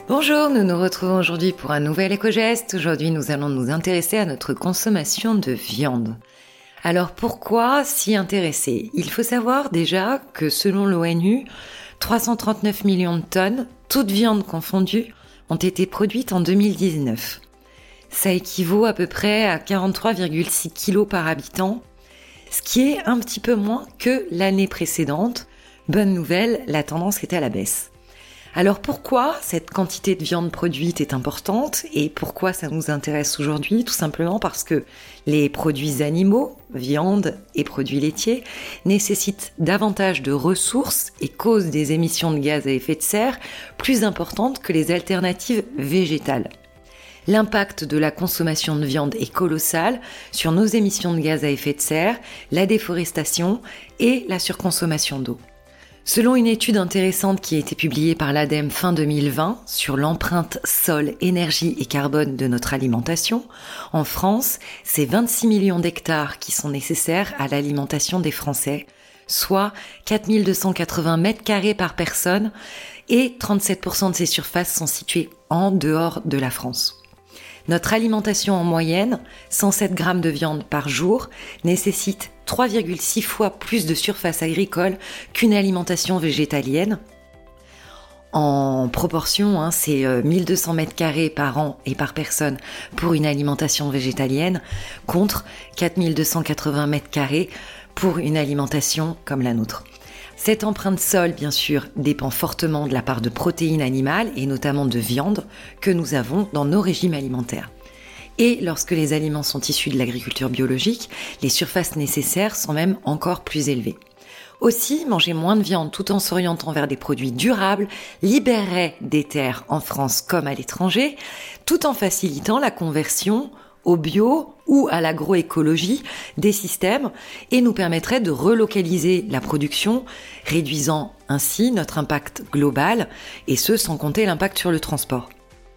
Bonjour, nous nous retrouvons aujourd'hui pour un nouvel éco-geste. Aujourd'hui, nous allons nous intéresser à notre consommation de viande. Alors pourquoi s'y intéresser ? Il faut savoir déjà que selon l'ONU, 339 millions de tonnes, toutes viandes confondues, ont été produites en 2019. Ça équivaut à peu près à 43,6 kg par habitant, ce qui est un petit peu moins que l'année précédente. Bonne nouvelle, la tendance est à la baisse. Alors pourquoi cette quantité de viande produite est importante et pourquoi ça nous intéresse aujourd'hui ? Tout simplement parce que les produits animaux, viande et produits laitiers, nécessitent davantage de ressources et causent des émissions de gaz à effet de serre plus importantes que les alternatives végétales. L'impact de la consommation de viande est colossal sur nos émissions de gaz à effet de serre, la déforestation et la surconsommation d'eau. Selon une étude intéressante qui a été publiée par l'ADEME fin 2020 sur l'empreinte sol, énergie et carbone de notre alimentation, en France, c'est 26 millions d'hectares qui sont nécessaires à l'alimentation des Français, soit 4280 mètres carrés par personne, et 37% de ces surfaces sont situées en dehors de la France. Notre alimentation en moyenne, 107 grammes de viande par jour, nécessite 3,6 fois plus de surface agricole qu'une alimentation végétalienne. En proportion, c'est 1200 mètres carrés par an et par personne pour une alimentation végétalienne, contre 4280 mètres carrés pour une alimentation comme la nôtre. Cette empreinte sol, bien sûr, dépend fortement de la part de protéines animales et notamment de viande que nous avons dans nos régimes alimentaires. Et lorsque les aliments sont issus de l'agriculture biologique, les surfaces nécessaires sont même encore plus élevées. Aussi, manger moins de viande tout en s'orientant vers des produits durables libérerait des terres en France comme à l'étranger, tout en facilitant la conversion au bio ou à l'agroécologie des systèmes et nous permettrait de relocaliser la production, réduisant ainsi notre impact global et ce sans compter l'impact sur le transport.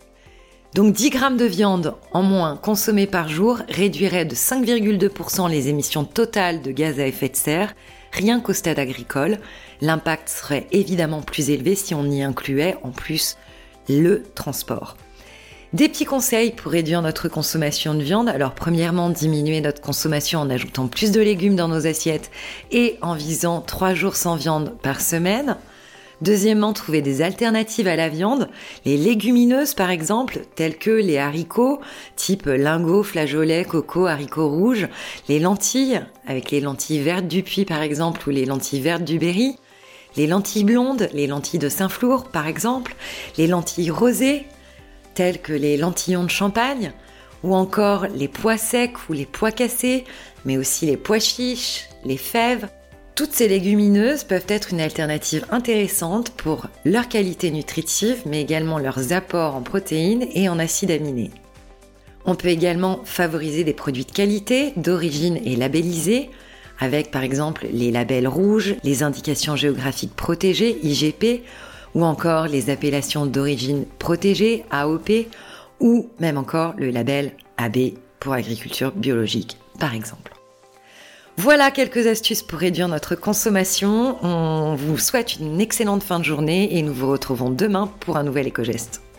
Donc 10 grammes de viande en moins consommés par jour réduirait de 5,2% les émissions totales de gaz à effet de serre, rien qu'au stade agricole. L'impact serait évidemment plus élevé si on y incluait en plus le transport. Des petits conseils pour réduire notre consommation de viande. Alors premièrement, diminuer notre consommation en ajoutant plus de légumes dans nos assiettes et en visant 3 jours sans viande par semaine. Deuxièmement, trouver des alternatives à la viande, les légumineuses par exemple, telles que les haricots, type lingots, flageolets, coco, haricots rouges, les lentilles, avec les lentilles vertes du Puy par exemple, ou les lentilles vertes du Berry, les lentilles blondes, les lentilles de Saint-Flour par exemple, les lentilles rosées, tels que les lentillons de Champagne, ou encore les pois secs ou les pois cassés, mais aussi les pois chiches, les fèves. Toutes ces légumineuses peuvent être une alternative intéressante pour leur qualité nutritive, mais également leurs apports en protéines et en acides aminés. On peut également favoriser des produits de qualité, d'origine et labellisés, avec par exemple les labels rouges, les indications géographiques protégées, IGP, ou encore les appellations d'origine protégée, AOP, ou même encore le label AB pour agriculture biologique, par exemple. Voilà quelques astuces pour réduire notre consommation. On vous souhaite une excellente fin de journée et nous vous retrouvons demain pour un nouvel éco-geste.